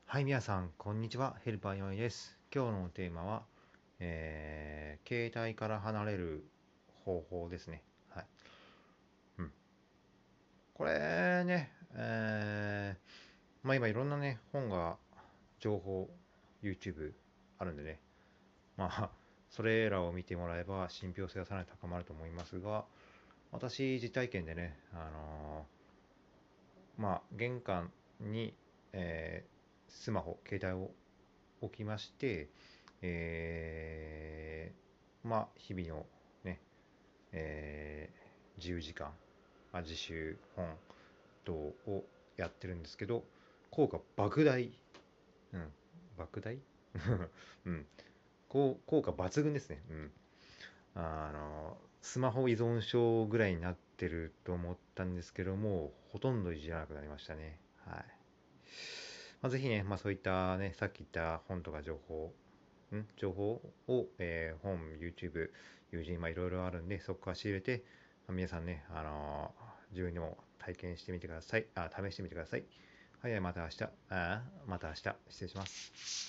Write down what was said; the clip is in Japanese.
はい、皆さん、こんにちは。ヘルパーよいです。今日のテーマは、携帯から離れる方法ですね。はい。うん。これね、まあ今いろんなね、本が、情報、YouTube あるんでね、まあ、それらを見てもらえば信憑性はさらに高まると思いますが、私、実体験でね、まあ、玄関に、スマホ、携帯を置きまして、まあ、日々の自由時間、自習、本等をやってるんですけど、効果莫大、うん、莫大うん、効果抜群ですね。うん。スマホ依存症ぐらいになってると思ったんですけども、ほとんどいじらなくなりましたね。はい。ぜひね、そういったね、さっき言った本とか情報を、本、YouTube、友人、いろいろあるんで、そこから仕入れて、皆さんね、自分にも体験してみてください。試してみてください。はい、また明日。また明日。失礼します。